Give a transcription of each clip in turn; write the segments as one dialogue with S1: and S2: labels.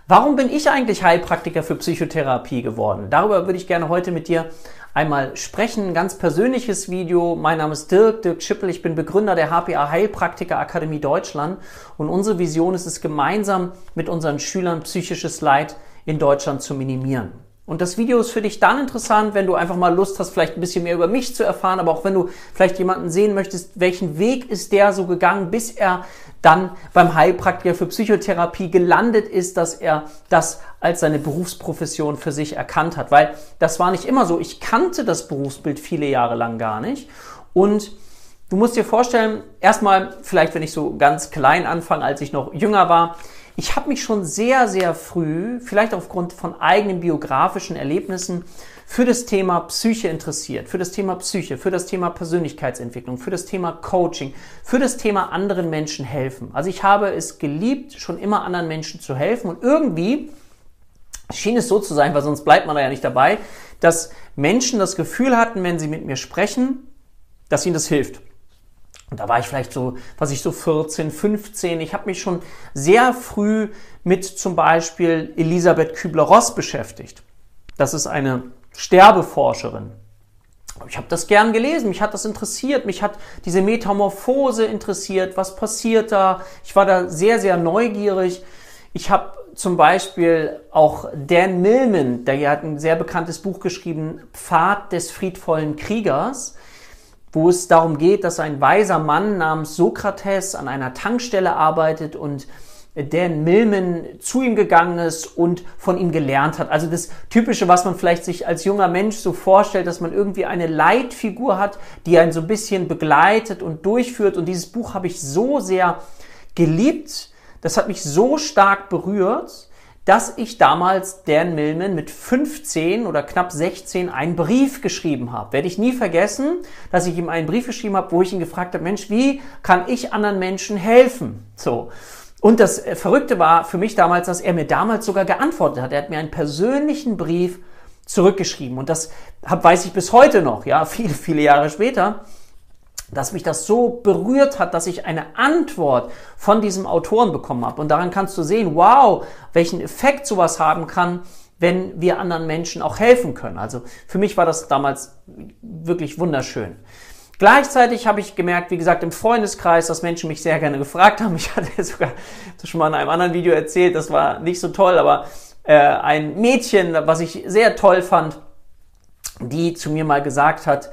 S1: Warum bin ich eigentlich Heilpraktiker für Psychotherapie geworden? Darüber würde ich gerne heute mit dir einmal sprechen. Ein ganz persönliches Video. Mein Name ist Dirk Schippel. Ich bin Begründer der HPA Heilpraktiker Akademie Deutschland. Und unsere Vision ist es, gemeinsam mit unseren Schülern psychisches Leid in Deutschland zu minimieren. Und das Video ist für dich dann interessant, wenn du einfach mal Lust hast, vielleicht ein bisschen mehr über mich zu erfahren, aber auch wenn du vielleicht jemanden sehen möchtest, welchen Weg ist der so gegangen, bis er dann beim Heilpraktiker für Psychotherapie gelandet ist, dass er das als seine Berufsprofession für sich erkannt hat. Weil das war nicht immer so. Ich kannte das Berufsbild viele Jahre lang gar nicht. Und du musst dir vorstellen, erstmal, vielleicht wenn ich so ganz klein anfange, als ich noch jünger war, ich habe mich schon sehr, sehr früh, vielleicht aufgrund von eigenen biografischen Erlebnissen, für das Thema Psyche interessiert, für das Thema Psyche, für das Thema Persönlichkeitsentwicklung, für das Thema Coaching, für das Thema anderen Menschen helfen. Also ich habe es geliebt, schon immer anderen Menschen zu helfen und irgendwie schien es so zu sein, weil sonst bleibt man da ja nicht dabei, dass Menschen das Gefühl hatten, wenn sie mit mir sprechen, dass ihnen das hilft. Und da war ich vielleicht so, 14, 15. Ich habe mich schon sehr früh mit zum Beispiel Elisabeth Kübler-Ross beschäftigt. Das ist eine Sterbeforscherin. Ich habe das gern gelesen, mich hat das interessiert, mich hat diese Metamorphose interessiert, was passiert da. Ich war da sehr, sehr neugierig. Ich habe zum Beispiel auch Dan Millman, der hat ein sehr bekanntes Buch geschrieben, Pfad des friedvollen Kriegers, wo es darum geht, dass ein weiser Mann namens Sokrates an einer Tankstelle arbeitet und Dan Millman zu ihm gegangen ist und von ihm gelernt hat. Also das Typische, was man vielleicht sich als junger Mensch so vorstellt, dass man irgendwie eine Leitfigur hat, die einen so ein bisschen begleitet und durchführt. Und dieses Buch habe ich so sehr geliebt, das hat mich so stark berührt, dass ich damals Dan Millman mit 15 oder knapp 16 einen Brief geschrieben habe. Werde ich nie vergessen, dass ich ihm einen Brief geschrieben habe, wo ich ihn gefragt habe, Mensch, wie kann ich anderen Menschen helfen? So. Und das Verrückte war für mich damals, dass er mir damals sogar geantwortet hat. Er hat mir einen persönlichen Brief zurückgeschrieben. Und das weiß ich bis heute noch, ja, viele, viele Jahre später, dass mich das so berührt hat, dass ich eine Antwort von diesem Autoren bekommen habe. Und daran kannst du sehen, wow, welchen Effekt sowas haben kann, wenn wir anderen Menschen auch helfen können. Also für mich war das damals wirklich wunderschön. Gleichzeitig habe ich gemerkt, wie gesagt, im Freundeskreis, dass Menschen mich sehr gerne gefragt haben. Ich hatte sogar das schon mal in einem anderen Video erzählt, das war nicht so toll, aber ein Mädchen, was ich sehr toll fand, die zu mir mal gesagt hat,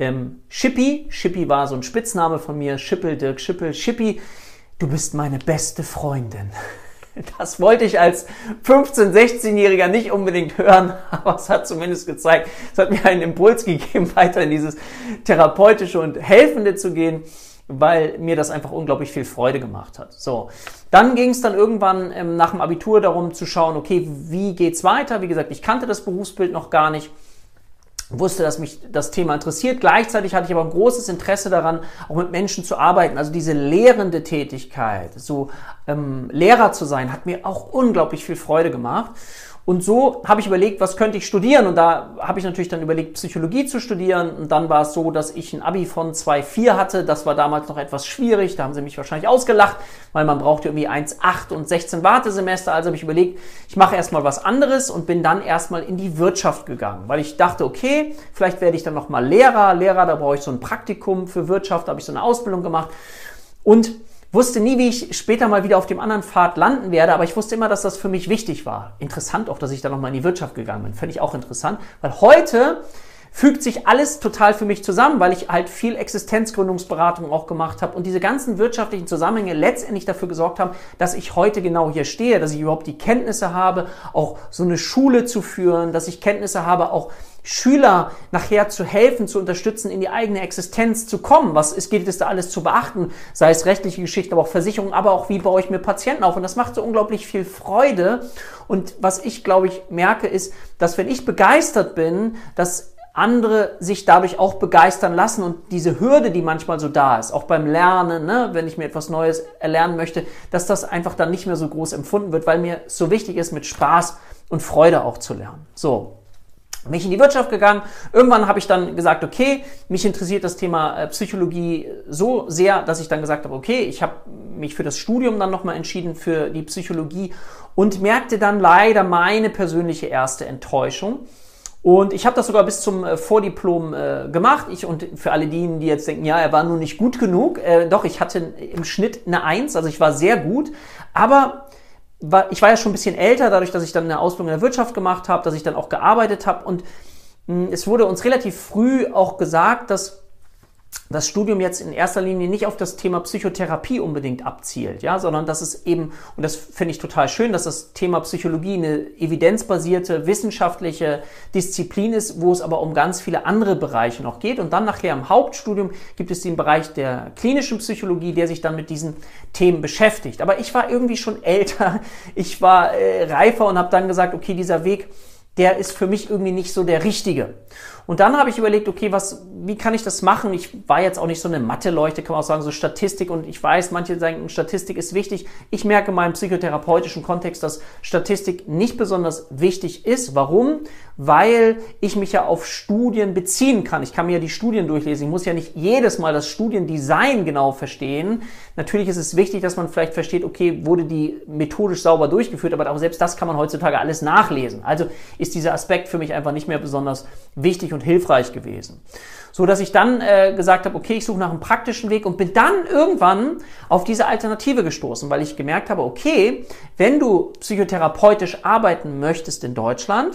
S1: Schippi war so ein Spitzname von mir, Schippel, Dirk Schippel, Schippi, du bist meine beste Freundin. Das wollte ich als 15-, 16-Jähriger nicht unbedingt hören, aber es hat zumindest gezeigt, es hat mir einen Impuls gegeben, weiter in dieses Therapeutische und Helfende zu gehen, weil mir das einfach unglaublich viel Freude gemacht hat. So, dann ging es dann irgendwann nach dem Abitur darum zu schauen, okay, wie geht's weiter? Wie gesagt, ich kannte das Berufsbild noch gar nicht. Wusste, dass mich das Thema interessiert. Gleichzeitig hatte ich aber ein großes Interesse daran, auch mit Menschen zu arbeiten. Also diese lehrende Tätigkeit, so Lehrer zu sein, hat mir auch unglaublich viel Freude gemacht. Und so habe ich überlegt, was könnte ich studieren? Und da habe ich natürlich dann überlegt, Psychologie zu studieren. Und dann war es so, dass ich ein Abi von 2,4 hatte. Das war damals noch etwas schwierig. Da haben sie mich wahrscheinlich ausgelacht, weil man brauchte irgendwie 1,8 und 16 Wartesemester. Also habe ich überlegt, ich mache erstmal was anderes und bin dann erstmal in die Wirtschaft gegangen. Weil ich dachte, okay, vielleicht werde ich dann nochmal Lehrer. Da brauche ich so ein Praktikum für Wirtschaft. Da habe ich so eine Ausbildung gemacht. Und wusste nie, wie ich später mal wieder auf dem anderen Pfad landen werde, aber ich wusste immer, dass das für mich wichtig war. Interessant auch, dass ich da nochmal in die Wirtschaft gegangen bin. Fände ich auch interessant, weil heute fügt sich alles total für mich zusammen, weil ich halt viel Existenzgründungsberatung auch gemacht habe und diese ganzen wirtschaftlichen Zusammenhänge letztendlich dafür gesorgt haben, dass ich heute genau hier stehe, dass ich überhaupt die Kenntnisse habe, auch so eine Schule zu führen, dass ich Kenntnisse habe, auch Schüler nachher zu helfen, zu unterstützen, in die eigene Existenz zu kommen. Geht es da alles zu beachten? Sei es rechtliche Geschichten, aber auch Versicherungen, aber auch wie baue ich mir Patienten auf? Und das macht so unglaublich viel Freude. Und was ich, glaube ich, merke, ist, dass wenn ich begeistert bin, dass andere sich dadurch auch begeistern lassen und diese Hürde, die manchmal so da ist, auch beim Lernen, ne, wenn ich mir etwas Neues erlernen möchte, dass das einfach dann nicht mehr so groß empfunden wird, weil mir so wichtig ist, mit Spaß und Freude auch zu lernen. So. Bin ich in die Wirtschaft gegangen. Irgendwann habe ich dann gesagt, okay, mich interessiert das Thema Psychologie so sehr, dass ich dann gesagt habe, okay, ich habe mich für das Studium dann nochmal entschieden, für die Psychologie und merkte dann leider meine persönliche erste Enttäuschung. Und ich habe das sogar bis zum Vordiplom gemacht. Und für alle diejenigen, die jetzt denken, ja, er war nur nicht gut genug, doch, ich hatte im Schnitt eine 1, also ich war sehr gut, aber ich war ja schon ein bisschen älter, dadurch, dass ich dann eine Ausbildung in der Wirtschaft gemacht habe, dass ich dann auch gearbeitet habe und es wurde uns relativ früh auch gesagt, dass das Studium jetzt in erster Linie nicht auf das Thema Psychotherapie unbedingt abzielt, ja, sondern dass es eben, und das finde ich total schön, dass das Thema Psychologie eine evidenzbasierte, wissenschaftliche Disziplin ist, wo es aber um ganz viele andere Bereiche noch geht. Und dann nachher im Hauptstudium gibt es den Bereich der klinischen Psychologie, der sich dann mit diesen Themen beschäftigt. Aber ich war irgendwie schon älter, ich war reifer und habe dann gesagt, okay, dieser Weg, der ist für mich irgendwie nicht so der richtige. Und dann habe ich überlegt, okay, wie kann ich das machen? Ich war jetzt auch nicht so eine Mathe-Leuchte, kann man auch sagen, so Statistik. Und ich weiß, manche sagen, Statistik ist wichtig. Ich merke in meinem psychotherapeutischen Kontext, dass Statistik nicht besonders wichtig ist. Warum? Weil ich mich ja auf Studien beziehen kann. Ich kann mir ja die Studien durchlesen. Ich muss ja nicht jedes Mal das Studiendesign genau verstehen. Natürlich ist es wichtig, dass man vielleicht versteht, okay, wurde die methodisch sauber durchgeführt, aber auch selbst das kann man heutzutage alles nachlesen. Also ist dieser Aspekt für mich einfach nicht mehr besonders wichtig und hilfreich gewesen. So dass ich dann gesagt habe, okay, ich suche nach einem praktischen Weg und bin dann irgendwann auf diese Alternative gestoßen, weil ich gemerkt habe, okay, wenn du psychotherapeutisch arbeiten möchtest in Deutschland,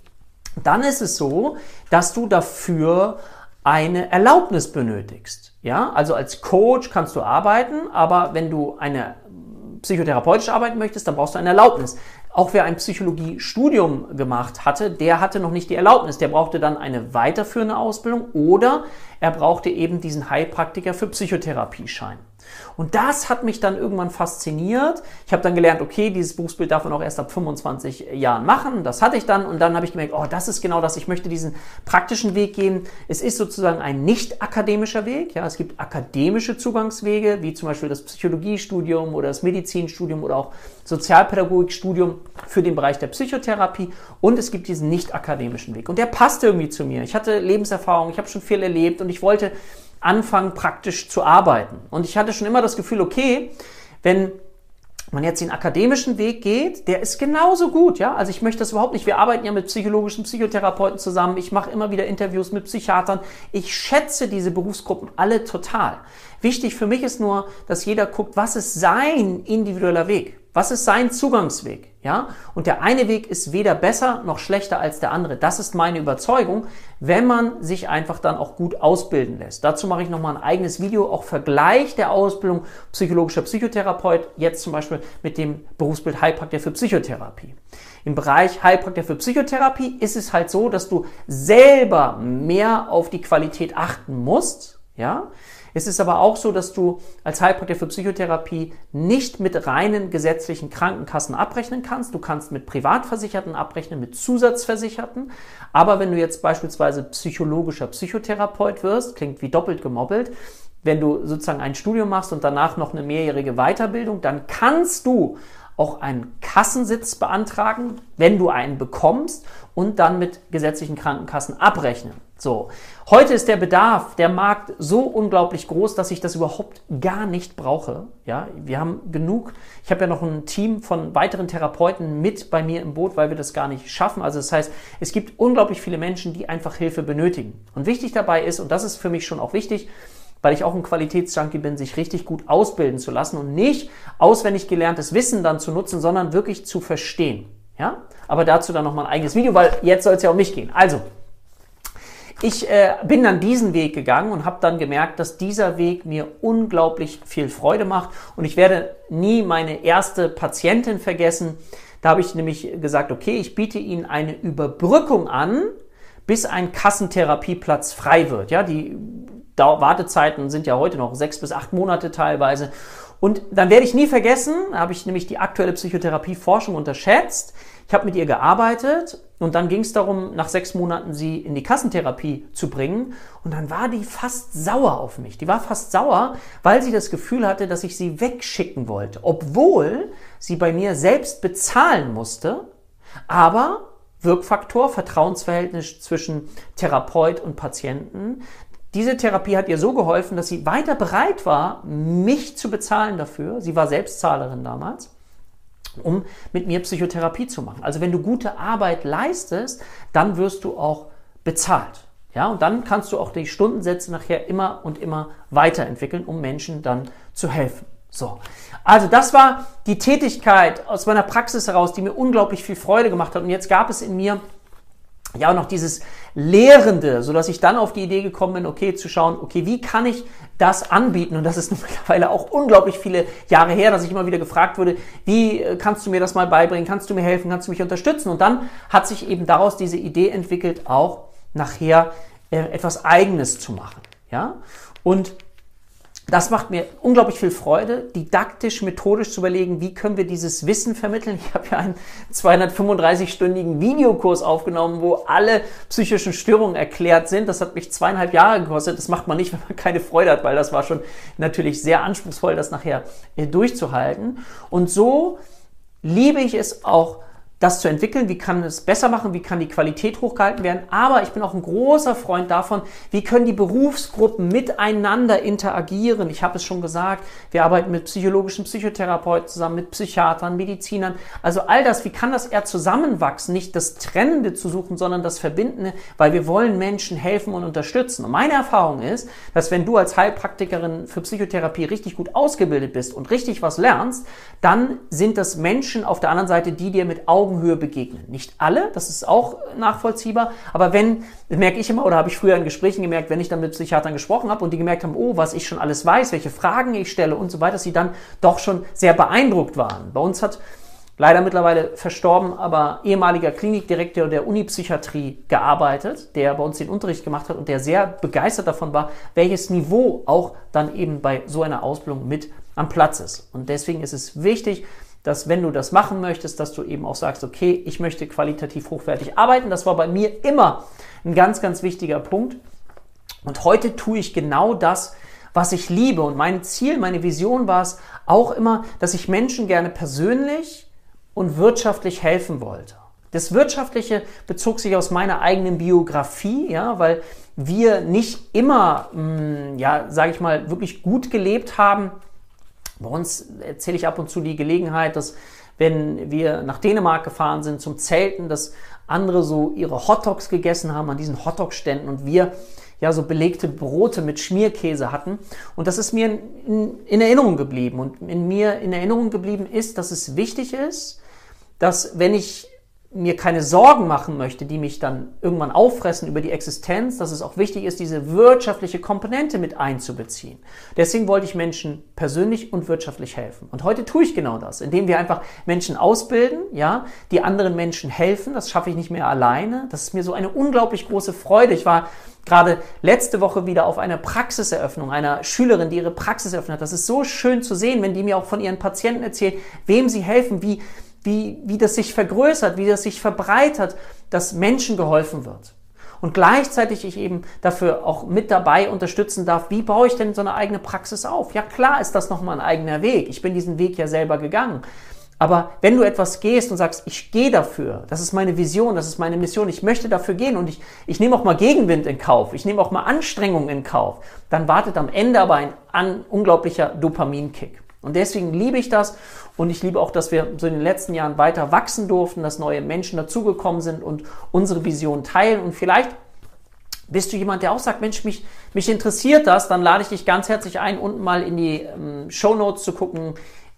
S1: dann ist es so, dass du dafür eine Erlaubnis benötigst. Ja, also als Coach kannst du arbeiten, aber wenn du eine psychotherapeutisch arbeiten möchtest, dann brauchst du eine Erlaubnis. Auch wer ein Psychologiestudium gemacht hatte, der hatte noch nicht die Erlaubnis. Der brauchte dann eine weiterführende Ausbildung oder er brauchte eben diesen Heilpraktiker für Psychotherapieschein. Und das hat mich dann irgendwann fasziniert. Ich habe dann gelernt, okay, dieses Berufsbild darf man auch erst ab 25 Jahren machen. Das hatte ich dann und dann habe ich gemerkt, oh, das ist genau das. Ich möchte diesen praktischen Weg gehen. Es ist sozusagen ein nicht akademischer Weg. Ja, es gibt akademische Zugangswege, wie zum Beispiel das Psychologiestudium oder das Medizinstudium oder auch Sozialpädagogikstudium für den Bereich der Psychotherapie. Und es gibt diesen nicht akademischen Weg. Und der passte irgendwie zu mir. Ich hatte Lebenserfahrung, ich habe schon viel erlebt und ich wollte anfangen, praktisch zu arbeiten. Und ich hatte schon immer das Gefühl, okay, wenn man jetzt den akademischen Weg geht, der ist genauso gut, ja. Also ich möchte das überhaupt nicht. Wir arbeiten ja mit psychologischen Psychotherapeuten zusammen. Ich mache immer wieder Interviews mit Psychiatern. Ich schätze diese Berufsgruppen alle total. Wichtig für mich ist nur, dass jeder guckt, was ist sein individueller Weg? Was ist sein Zugangsweg? Ja? Und der eine Weg ist weder besser noch schlechter als der andere. Das ist meine Überzeugung, wenn man sich einfach dann auch gut ausbilden lässt. Dazu mache ich nochmal ein eigenes Video, auch Vergleich der Ausbildung psychologischer Psychotherapeut, jetzt zum Beispiel mit dem Berufsbild Heilpraktiker für Psychotherapie. Im Bereich Heilpraktiker für Psychotherapie ist es halt so, dass du selber mehr auf die Qualität achten musst, ja. Es ist aber auch so, dass du als Heilpraktiker für Psychotherapie nicht mit reinen gesetzlichen Krankenkassen abrechnen kannst. Du kannst mit Privatversicherten abrechnen, mit Zusatzversicherten. Aber wenn du jetzt beispielsweise psychologischer Psychotherapeut wirst, klingt wie doppelt gemoppelt, wenn du sozusagen ein Studium machst und danach noch eine mehrjährige Weiterbildung, dann kannst du auch einen Kassensitz beantragen, wenn du einen bekommst und dann mit gesetzlichen Krankenkassen abrechnen. So, heute ist der Bedarf, der Markt so unglaublich groß, dass ich das überhaupt gar nicht brauche. Ja, wir haben genug. Ich habe ja noch ein Team von weiteren Therapeuten mit bei mir im Boot, weil wir das gar nicht schaffen. Also das heißt, es gibt unglaublich viele Menschen, die einfach Hilfe benötigen. Und wichtig dabei ist, und das ist für mich schon auch wichtig, weil ich auch ein Qualitätsjunkie bin, sich richtig gut ausbilden zu lassen und nicht auswendig gelerntes Wissen dann zu nutzen, sondern wirklich zu verstehen. Ja? Aber dazu dann nochmal ein eigenes Video, weil jetzt soll es ja um mich gehen. Also, ich bin dann diesen Weg gegangen und habe dann gemerkt, dass dieser Weg mir unglaublich viel Freude macht und ich werde nie meine erste Patientin vergessen. Da habe ich nämlich gesagt, okay, ich biete Ihnen eine Überbrückung an, bis ein Kassentherapieplatz frei wird. Ja, die Wartezeiten sind ja heute noch 6 bis 8 Monate teilweise. Und dann werde ich nie vergessen, da habe ich nämlich die aktuelle Psychotherapieforschung unterschätzt. Ich habe mit ihr gearbeitet und dann ging es darum, nach 6 Monaten sie in die Kassentherapie zu bringen. Und dann war die fast sauer auf mich. Die war fast sauer, weil sie das Gefühl hatte, dass ich sie wegschicken wollte. Obwohl sie bei mir selbst bezahlen musste, aber Wirkfaktor, Vertrauensverhältnis zwischen Therapeut und Patienten. Diese Therapie hat ihr so geholfen, dass sie weiter bereit war, mich zu bezahlen dafür. Sie war Selbstzahlerin damals, um mit mir Psychotherapie zu machen. Also wenn du gute Arbeit leistest, dann wirst du auch bezahlt. Ja, und dann kannst du auch die Stundensätze nachher immer und immer weiterentwickeln, um Menschen dann zu helfen. So, also das war die Tätigkeit aus meiner Praxis heraus, die mir unglaublich viel Freude gemacht hat. Und jetzt gab es in mir ja auch noch dieses Lehrende, sodass ich dann auf die Idee gekommen bin, okay, zu schauen, okay, wie kann ich das anbieten? Und das ist mittlerweile auch unglaublich viele Jahre her, dass ich immer wieder gefragt wurde, wie kannst du mir das mal beibringen? Kannst du mir helfen? Kannst du mich unterstützen? Und dann hat sich eben daraus diese Idee entwickelt, auch nachher etwas Eigenes zu machen. Ja? Und das macht mir unglaublich viel Freude, didaktisch, methodisch zu überlegen, wie können wir dieses Wissen vermitteln. Ich habe ja einen 235-stündigen Videokurs aufgenommen, wo alle psychischen Störungen erklärt sind. Das hat mich 2,5 Jahre gekostet. Das macht man nicht, wenn man keine Freude hat, weil das war schon natürlich sehr anspruchsvoll, das nachher durchzuhalten. Und so liebe ich es auch, das zu entwickeln, wie kann es besser machen, wie kann die Qualität hochgehalten werden, aber ich bin auch ein großer Freund davon, wie können die Berufsgruppen miteinander interagieren. Ich habe es schon gesagt, wir arbeiten mit psychologischen Psychotherapeuten zusammen, mit Psychiatern, Medizinern, also all das, wie kann das eher zusammenwachsen, nicht das Trennende zu suchen, sondern das Verbindende, weil wir wollen Menschen helfen und unterstützen. Und meine Erfahrung ist, dass wenn du als Heilpraktikerin für Psychotherapie richtig gut ausgebildet bist und richtig was lernst, dann sind das Menschen auf der anderen Seite, die dir mit Augenhöhe begegnen. Nicht alle, das ist auch nachvollziehbar, aber wenn, das merke ich immer, oder habe ich früher in Gesprächen gemerkt, wenn ich dann mit Psychiatern gesprochen habe und die gemerkt haben, oh, was ich schon alles weiß, welche Fragen ich stelle und so weiter, dass sie dann doch schon sehr beeindruckt waren. Bei uns hat leider mittlerweile verstorben, aber ehemaliger Klinikdirektor der Unipsychiatrie gearbeitet, der bei uns den Unterricht gemacht hat und der sehr begeistert davon war, welches Niveau auch dann eben bei so einer Ausbildung mit am Platz ist. Und deswegen ist es wichtig, dass wenn du das machen möchtest, dass du eben auch sagst, okay, ich möchte qualitativ hochwertig arbeiten. Das war bei mir immer ein ganz, ganz wichtiger Punkt. Und heute tue ich genau das, was ich liebe. Und mein Ziel, meine Vision war es auch immer, dass ich Menschen gerne persönlich und wirtschaftlich helfen wollte. Das Wirtschaftliche bezog sich aus meiner eigenen Biografie, ja, weil wir nicht immer, sage ich mal, wirklich gut gelebt haben. Bei uns erzähle ich ab und zu die Gelegenheit, dass wenn wir nach Dänemark gefahren sind zum Zelten, dass andere so ihre Hotdogs gegessen haben an diesen Hotdog-Ständen und wir ja so belegte Brote mit Schmierkäse hatten. Und das ist mir in Erinnerung geblieben. Und in mir in Erinnerung geblieben ist, dass es wichtig ist, dass wenn ich mir keine Sorgen machen möchte, die mich dann irgendwann auffressen über die Existenz, dass es auch wichtig ist, diese wirtschaftliche Komponente mit einzubeziehen. Deswegen wollte ich Menschen persönlich und wirtschaftlich helfen. Und heute tue ich genau das, indem wir einfach Menschen ausbilden, ja, die anderen Menschen helfen. Das schaffe ich nicht mehr alleine. Das ist mir so eine unglaublich große Freude. Ich war gerade letzte Woche wieder auf einer Praxiseröffnung einer Schülerin, die ihre Praxis eröffnet hat. Das ist so schön zu sehen, wenn die mir auch von ihren Patienten erzählt, wem sie helfen, wie das sich vergrößert, wie das sich verbreitert, dass Menschen geholfen wird. Und gleichzeitig ich eben dafür auch mit dabei unterstützen darf, wie baue ich denn so eine eigene Praxis auf? Ja, klar ist das nochmal ein eigener Weg. Ich bin diesen Weg ja selber gegangen. Aber wenn du etwas gehst und sagst, ich gehe dafür, das ist meine Vision, das ist meine Mission, ich möchte dafür gehen und ich nehme auch mal Gegenwind in Kauf, ich nehme auch mal Anstrengungen in Kauf, dann wartet am Ende aber ein unglaublicher Dopaminkick. Und deswegen liebe ich das und ich liebe auch, dass wir so in den letzten Jahren weiter wachsen durften, dass neue Menschen dazugekommen sind und unsere Vision teilen. Und vielleicht bist du jemand, der auch sagt, Mensch, mich interessiert das, dann lade ich dich ganz herzlich ein, unten mal in die Shownotes zu gucken.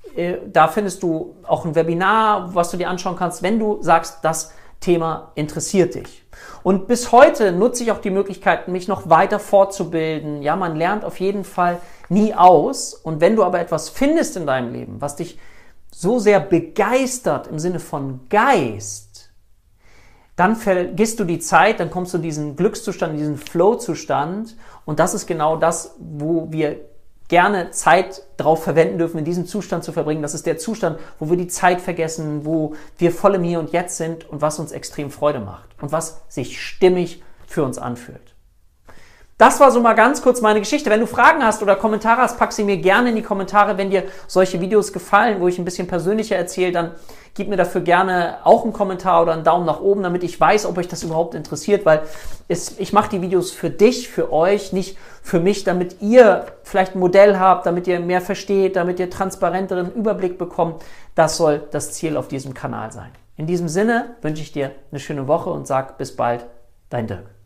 S1: Da findest du auch ein Webinar, was du dir anschauen kannst, wenn du sagst, das Thema interessiert dich. Und bis heute nutze ich auch die Möglichkeit, mich noch weiter fortzubilden. Ja, man lernt auf jeden Fall nie aus. Und wenn du aber etwas findest in deinem Leben, was dich so sehr begeistert im Sinne von Geist, dann vergisst du die Zeit, dann kommst du in diesen Glückszustand, in diesen Flow-Zustand. Und das ist genau das, wo wir gerne Zeit drauf verwenden dürfen, in diesem Zustand zu verbringen. Das ist der Zustand, wo wir die Zeit vergessen, wo wir voll im Hier und Jetzt sind und was uns extrem Freude macht und was sich stimmig für uns anfühlt. Das war so mal ganz kurz meine Geschichte. Wenn du Fragen hast oder Kommentare hast, pack sie mir gerne in die Kommentare. Wenn dir solche Videos gefallen, wo ich ein bisschen persönlicher erzähle, dann gib mir dafür gerne auch einen Kommentar oder einen Daumen nach oben, damit ich weiß, ob euch das überhaupt interessiert, weil ich mache die Videos für dich, für euch, nicht für mich, damit ihr vielleicht ein Modell habt, damit ihr mehr versteht, damit ihr transparenteren Überblick bekommt. Das soll das Ziel auf diesem Kanal sein. In diesem Sinne wünsche ich dir eine schöne Woche und sag bis bald, dein Dirk.